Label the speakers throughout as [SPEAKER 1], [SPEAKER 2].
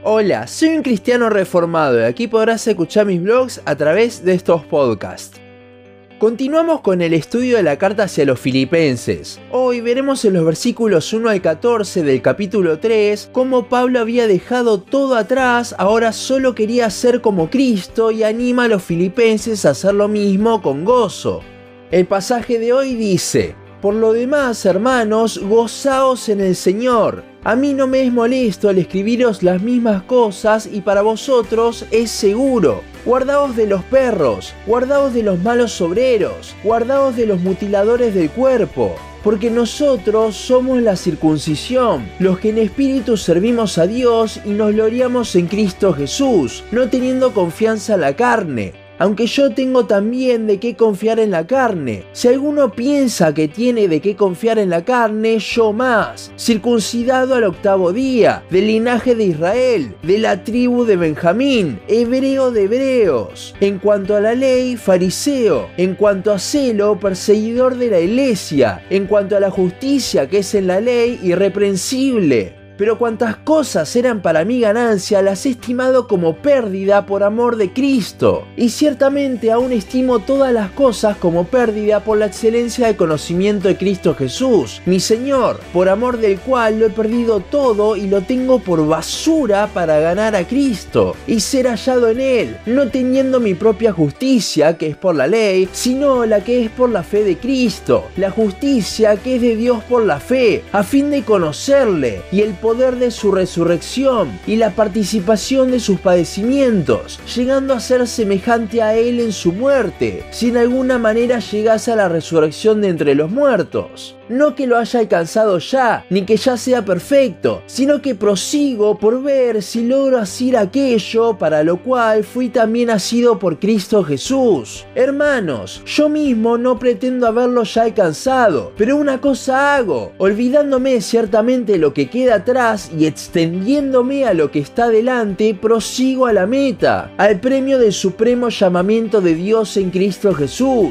[SPEAKER 1] Hola, soy un cristiano reformado y aquí podrás escuchar mis blogs a través de estos podcasts. Continuamos con el estudio de la carta hacia los filipenses. Hoy veremos en los versículos 1 al 14 del capítulo 3 cómo Pablo había dejado todo atrás, ahora solo quería ser como Cristo y anima a los filipenses a hacer lo mismo con gozo. El pasaje de hoy dice: por lo demás, hermanos, gozaos en el Señor. A mí no me es molesto el escribiros las mismas cosas y para vosotros es seguro. Guardaos de los perros, guardaos de los malos obreros, guardaos de los mutiladores del cuerpo. Porque nosotros somos la circuncisión, los que en espíritu servimos a Dios y nos gloriamos en Cristo Jesús, no teniendo confianza en la carne. Aunque yo tengo también de qué confiar en la carne. Si alguno piensa que tiene de qué confiar en la carne, yo más. Circuncidado al 8º día, del linaje de Israel, de la tribu de Benjamín, hebreo de hebreos. En cuanto a la ley, fariseo. En cuanto a celo, perseguidor de la iglesia. En cuanto a la justicia que es en la ley, irreprensible. Pero cuantas cosas eran para mi ganancia, las he estimado como pérdida por amor de Cristo. Y ciertamente aún estimo todas las cosas como pérdida por la excelencia del conocimiento de Cristo Jesús, mi Señor, por amor del cual lo he perdido todo y lo tengo por basura para ganar a Cristo y ser hallado en Él, no teniendo mi propia justicia, que es por la ley, sino la que es por la fe de Cristo, la justicia que es de Dios por la fe, a fin de conocerle y el poder de su resurrección y la participación de sus padecimientos, llegando a ser semejante a él en su muerte, si en alguna manera llegase a la resurrección de entre los muertos. No que lo haya alcanzado ya, ni que ya sea perfecto, sino que prosigo por ver si logro hacer aquello para lo cual fui también asido por Cristo Jesús. Hermanos, yo mismo no pretendo haberlo ya alcanzado, pero una cosa hago, olvidándome ciertamente lo que queda atrás y extendiéndome a lo que está delante, prosigo a la meta, al premio del supremo llamamiento de Dios en Cristo Jesús.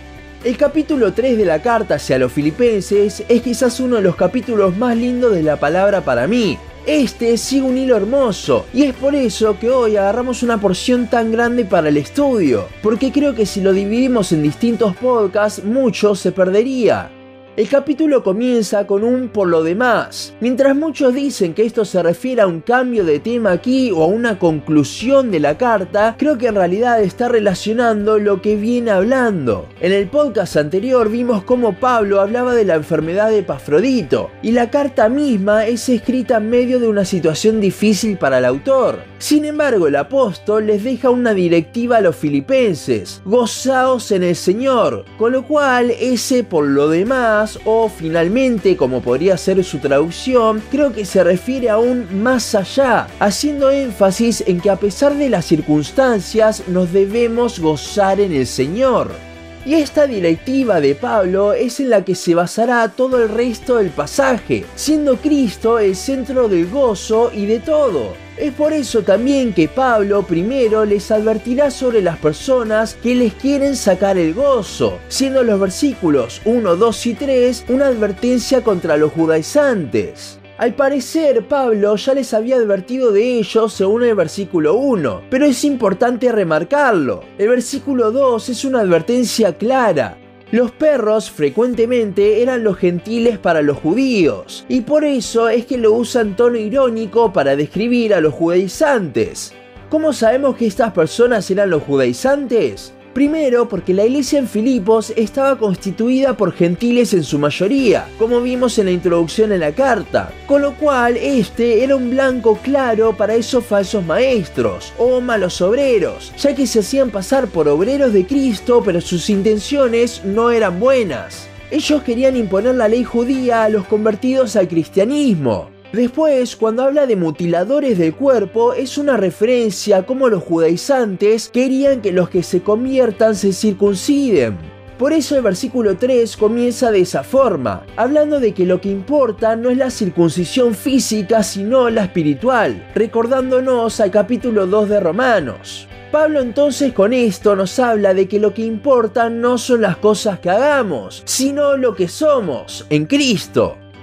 [SPEAKER 1] El capítulo 3 de la carta hacia los filipenses es quizás uno de los capítulos más lindos de la palabra para mí. Este sigue un hilo hermoso y es por eso que hoy agarramos una porción tan grande para el estudio, porque creo que si lo dividimos en distintos podcasts, mucho se perdería. El capítulo comienza con un por lo demás. Mientras muchos dicen que esto se refiere a un cambio de tema aquí o a una conclusión de la carta, creo que en realidad está relacionando lo que viene hablando. En el podcast anterior vimos cómo Pablo hablaba de la enfermedad de Epafrodito, y la carta misma es escrita en medio de una situación difícil para el autor. Sin embargo, el apóstol les deja una directiva a los filipenses: gozaos en el Señor, con lo cual ese por lo demás, o finalmente, como podría ser su traducción, creo que se refiere aún más allá, haciendo énfasis en que a pesar de las circunstancias nos debemos gozar en el Señor. Y esta directiva de Pablo es en la que se basará todo el resto del pasaje, siendo Cristo el centro del gozo y de todo. Es por eso también que Pablo primero les advertirá sobre las personas que les quieren sacar el gozo, siendo los versículos 1, 2 y 3 una advertencia contra los judaizantes. Al parecer, Pablo ya les había advertido de ellos según el versículo 1, pero es importante remarcarlo. El versículo 2 es una advertencia clara. Los perros frecuentemente eran los gentiles para los judíos, y por eso es que lo usan en tono irónico para describir a los judaizantes. ¿Cómo sabemos que estas personas eran los judaizantes? Primero, porque la iglesia en Filipos estaba constituida por gentiles en su mayoría, como vimos en la introducción en la carta, con lo cual este era un blanco claro para esos falsos maestros, o malos obreros, ya que se hacían pasar por obreros de Cristo, pero sus intenciones no eran buenas. Ellos querían imponer la ley judía a los convertidos al cristianismo. Después, cuando habla de mutiladores del cuerpo, es una referencia a cómo los judaizantes querían que los que se conviertan se circunciden. Por eso el versículo 3 comienza de esa forma, hablando de que lo que importa no es la circuncisión física, sino la espiritual, recordándonos al capítulo 2 de Romanos. Pablo entonces con esto nos habla de que lo que importa no son las cosas que hagamos, sino lo que somos en Cristo.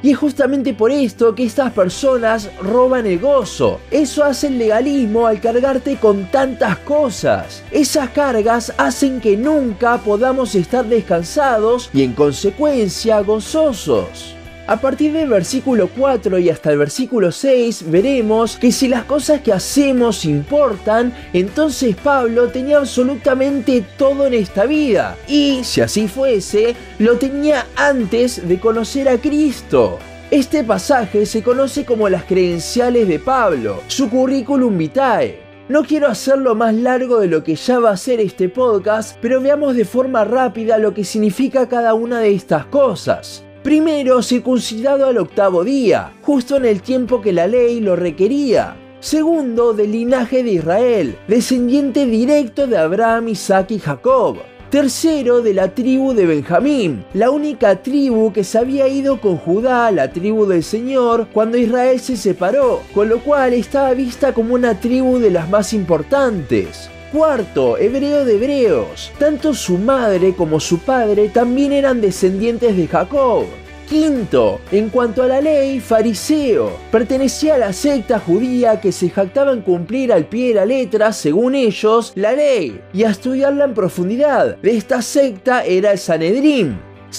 [SPEAKER 1] Y es justamente por esto que estas personas roban el gozo. Eso hace el legalismo al cargarte con tantas cosas. Esas cargas hacen que nunca podamos estar descansados y en consecuencia gozosos. A partir del versículo 4 y hasta el versículo 6 veremos que si las cosas que hacemos importan, entonces Pablo tenía absolutamente todo en esta vida. Y si así fuese, lo tenía antes de conocer a Cristo. Este pasaje se conoce como las credenciales de Pablo, su currículum vitae. No quiero hacerlo más largo de lo que ya va a ser este podcast, pero veamos de forma rápida lo que significa cada una de estas cosas. Primero, circuncidado al 8º día, justo en el tiempo que la ley lo requería. Segundo, del linaje de Israel, descendiente directo de Abraham, Isaac y Jacob. Tercero, de la tribu de Benjamín, la única tribu que se había ido con Judá, la tribu del Señor, cuando Israel se separó, con lo cual estaba vista como una tribu de las más importantes. Cuarto, hebreo de hebreos. Tanto su madre como su padre también eran descendientes de Jacob. Quinto, en cuanto a la ley, fariseo. Pertenecía a la secta judía que se jactaba en cumplir al pie de la letra, según ellos, la ley, y a estudiarla en profundidad. De esta secta era el Sanedrín.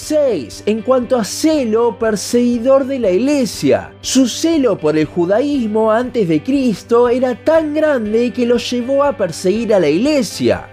[SPEAKER 1] 6. En cuanto a celo, perseguidor de la iglesia. Su celo por el judaísmo antes de Cristo era tan grande que lo llevó a perseguir a la iglesia.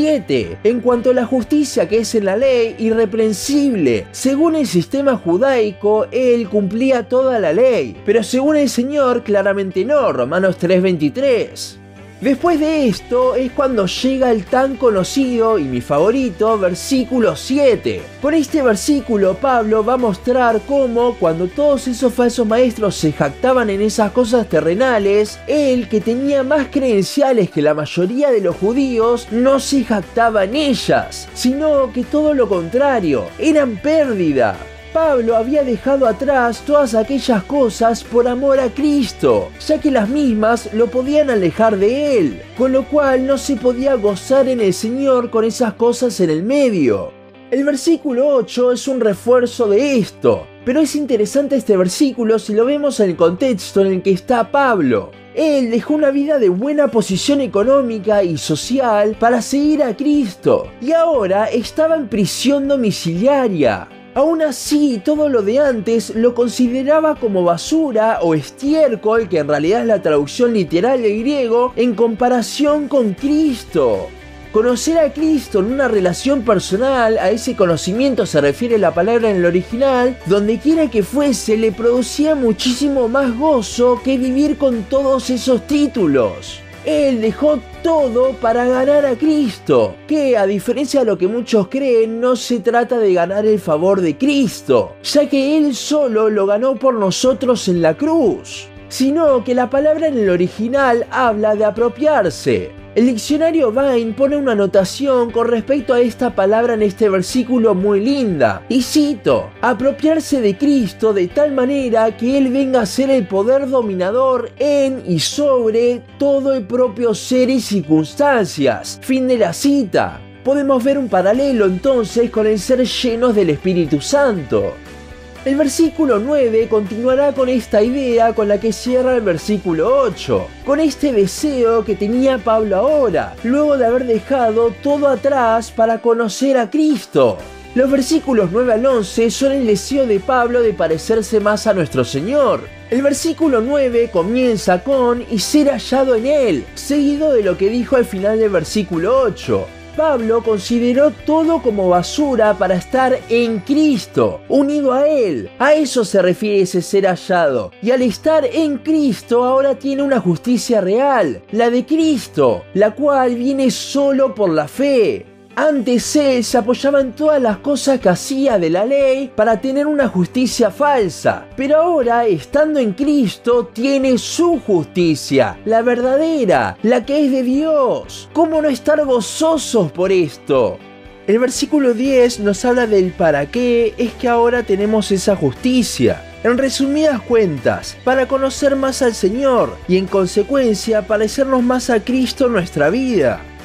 [SPEAKER 1] 7. En cuanto a la justicia que es en la ley, irreprensible. Según el sistema judaico, él cumplía toda la ley, pero según el Señor, claramente no. Romanos 3:23. Después de esto es cuando llega el tan conocido y mi favorito versículo 7. Con este versículo Pablo va a mostrar cómo cuando todos esos falsos maestros se jactaban en esas cosas terrenales, él, que tenía más credenciales que la mayoría de los judíos, no se jactaba en ellas, sino que todo lo contrario, eran pérdida. Pablo había dejado atrás todas aquellas cosas por amor a Cristo, ya que las mismas lo podían alejar de él, con lo cual no se podía gozar en el Señor con esas cosas en el medio. El versículo 8 es un refuerzo de esto, pero es interesante este versículo si lo vemos en el contexto en el que está Pablo. Él dejó una vida de buena posición económica y social para seguir a Cristo, y ahora estaba en prisión domiciliaria. Aún así, todo lo de antes lo consideraba como basura o estiércol, que en realidad es la traducción literal del griego, en comparación con Cristo. Conocer a Cristo en una relación personal, a ese conocimiento se refiere la palabra en el original, donde quiera que fuese, le producía muchísimo más gozo que vivir con todos esos títulos. Él dejó todo para ganar a Cristo, que a diferencia de lo que muchos creen, no se trata de ganar el favor de Cristo, ya que Él solo lo ganó por nosotros en la cruz, sino que la palabra en el original habla de apropiarse. El diccionario Vine pone una anotación con respecto a esta palabra en este versículo muy linda, y cito: apropiarse de Cristo de tal manera que Él venga a ser el poder dominador en y sobre todo el propio ser y circunstancias. Fin de la cita. Podemos ver un paralelo entonces con el ser llenos del Espíritu Santo. El versículo 9 continuará con esta idea con la que cierra el versículo 8, con este deseo que tenía Pablo ahora, luego de haber dejado todo atrás para conocer a Cristo. Los versículos 9 al 11 son el deseo de Pablo de parecerse más a nuestro Señor. El versículo 9 comienza con "y ser hallado en Él", seguido de lo que dijo al final del versículo 8. Pablo consideró todo como basura para estar en Cristo, unido a Él. A eso se refiere ese ser hallado. Y al estar en Cristo ahora tiene una justicia real, la de Cristo, la cual viene solo por la fe. Antes él se apoyaba en todas las cosas que hacía de la ley para tener una justicia falsa, pero ahora, estando en Cristo, tiene su justicia, la verdadera, la que es de Dios. ¿Cómo no estar gozosos por esto? El versículo 10 nos habla del para qué es que ahora tenemos esa justicia. En resumidas cuentas, para conocer más al Señor y en consecuencia parecernos más a Cristo en nuestra vida.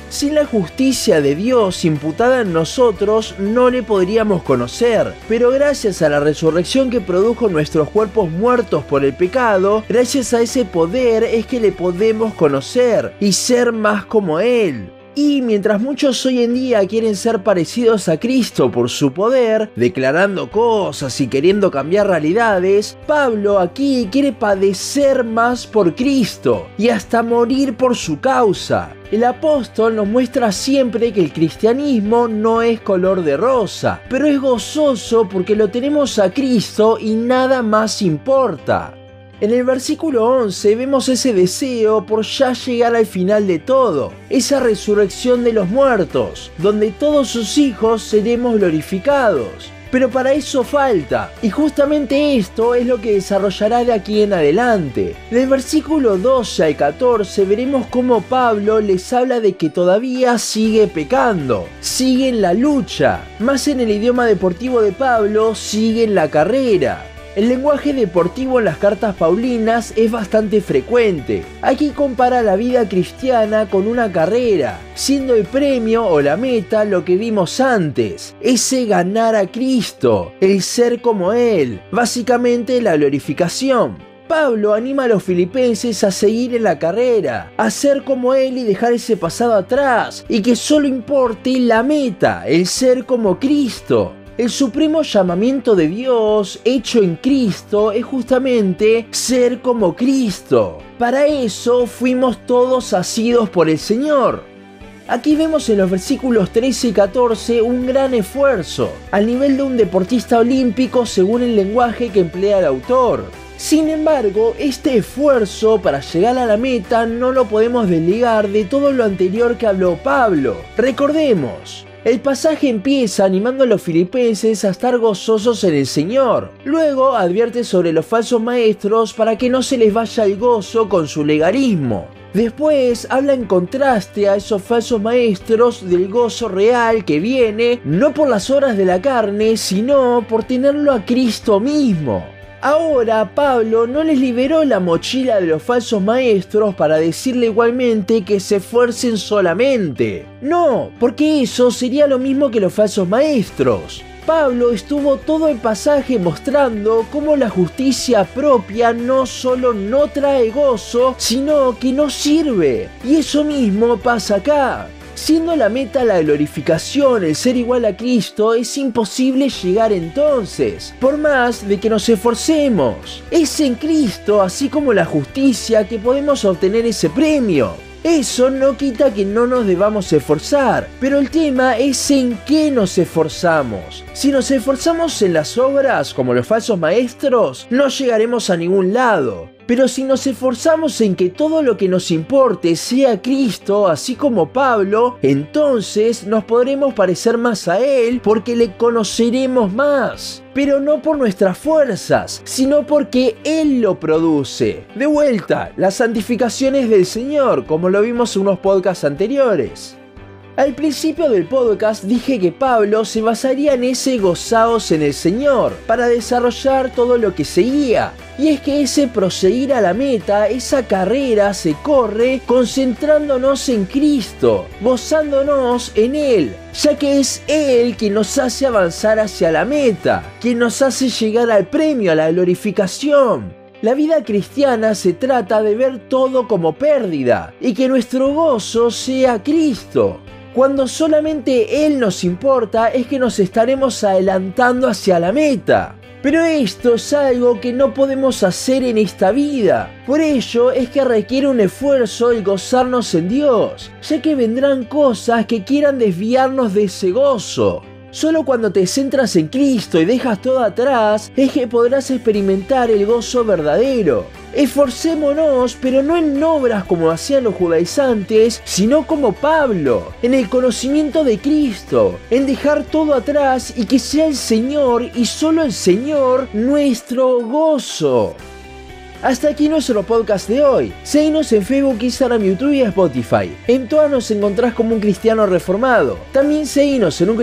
[SPEAKER 1] Sin la justicia de Dios imputada en nosotros no le podríamos conocer, pero gracias a la resurrección que produjo nuestros cuerpos muertos por el pecado, gracias a ese poder es que le podemos conocer y ser más como Él. Y mientras muchos hoy en día quieren ser parecidos a Cristo por su poder, declarando cosas y queriendo cambiar realidades, Pablo aquí quiere padecer más por Cristo y hasta morir por su causa. El apóstol nos muestra siempre que el cristianismo no es color de rosa, pero es gozoso porque lo tenemos a Cristo y nada más importa. En el versículo 11 vemos ese deseo por ya llegar al final de todo, esa resurrección de los muertos, donde todos sus hijos seremos glorificados. Pero para eso falta, y justamente esto es lo que desarrollará de aquí en adelante. Del versículo 12 al 14 veremos cómo Pablo les habla de que todavía sigue pecando, sigue en la lucha, más en el idioma deportivo de Pablo, sigue en la carrera. El lenguaje deportivo en las cartas paulinas es bastante frecuente. Aquí compara la vida cristiana con una carrera, siendo el premio o la meta lo que vimos antes, ese ganar a Cristo, el ser como Él, básicamente la glorificación. Pablo anima a los filipenses a seguir en la carrera, a ser como Él y dejar ese pasado atrás, y que solo importe la meta, el ser como Cristo. El supremo llamamiento de Dios hecho en Cristo es justamente ser como Cristo. Para eso fuimos todos asidos por el Señor. Aquí vemos en los versículos 13 y 14 un gran esfuerzo, al nivel de un deportista olímpico según el lenguaje que emplea el autor. Sin embargo, este esfuerzo para llegar a la meta no lo podemos desligar de todo lo anterior que habló Pablo. Recordemos. El pasaje empieza animando a los filipenses a estar gozosos en el Señor. Luego advierte sobre los falsos maestros para que no se les vaya el gozo con su legalismo. Después habla en contraste a esos falsos maestros del gozo real que viene no por las obras de la carne, sino por tenerlo a Cristo mismo. Ahora Pablo no les liberó la mochila de los falsos maestros para decirle igualmente que se esfuercen solamente. No, porque eso sería lo mismo que los falsos maestros. Pablo estuvo todo el pasaje mostrando cómo la justicia propia no solo no trae gozo, sino que no sirve. Y eso mismo pasa acá. Siendo la meta la glorificación, el ser igual a Cristo, es imposible llegar entonces, por más de que nos esforcemos. Es en Cristo, así como la justicia, que podemos obtener ese premio. Eso no quita que no nos debamos esforzar, pero el tema es en qué nos esforzamos. Si nos esforzamos en las obras, como los falsos maestros, no llegaremos a ningún lado. Pero si nos esforzamos en que todo lo que nos importe sea Cristo, así como Pablo, entonces nos podremos parecer más a Él porque le conoceremos más. Pero no por nuestras fuerzas, sino porque Él lo produce. De vuelta, la santificación es del Señor, como lo vimos en unos podcasts anteriores. Al principio del podcast dije que Pablo se basaría en ese gozaos en el Señor para desarrollar todo lo que seguía. Y es que ese proseguir a la meta, esa carrera se corre concentrándonos en Cristo, gozándonos en Él, ya que es Él quien nos hace avanzar hacia la meta, quien nos hace llegar al premio, a la glorificación. La vida cristiana se trata de ver todo como pérdida y que nuestro gozo sea Cristo. Cuando solamente Él nos importa es que nos estaremos adelantando hacia la meta. Pero esto es algo que no podemos hacer en esta vida. Por ello es que requiere un esfuerzo el gozarnos en Dios, ya que vendrán cosas que quieran desviarnos de ese gozo. Solo cuando te centras en Cristo y dejas todo atrás es que podrás experimentar el gozo verdadero. Esforcémonos, pero no en obras como hacían los judaizantes, sino como Pablo, en el conocimiento de Cristo, en dejar todo atrás y que sea el Señor y solo el Señor nuestro gozo. Hasta aquí nuestro podcast de hoy. Seguinos en Facebook, Instagram, YouTube y Spotify. En todas nos encontrás como Un Cristiano Reformado. También seguinos en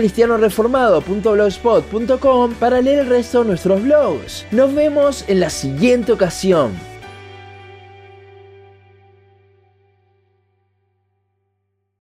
[SPEAKER 1] uncristianoreformado.blogspot.com para leer el resto de nuestros blogs. Nos vemos en la siguiente ocasión.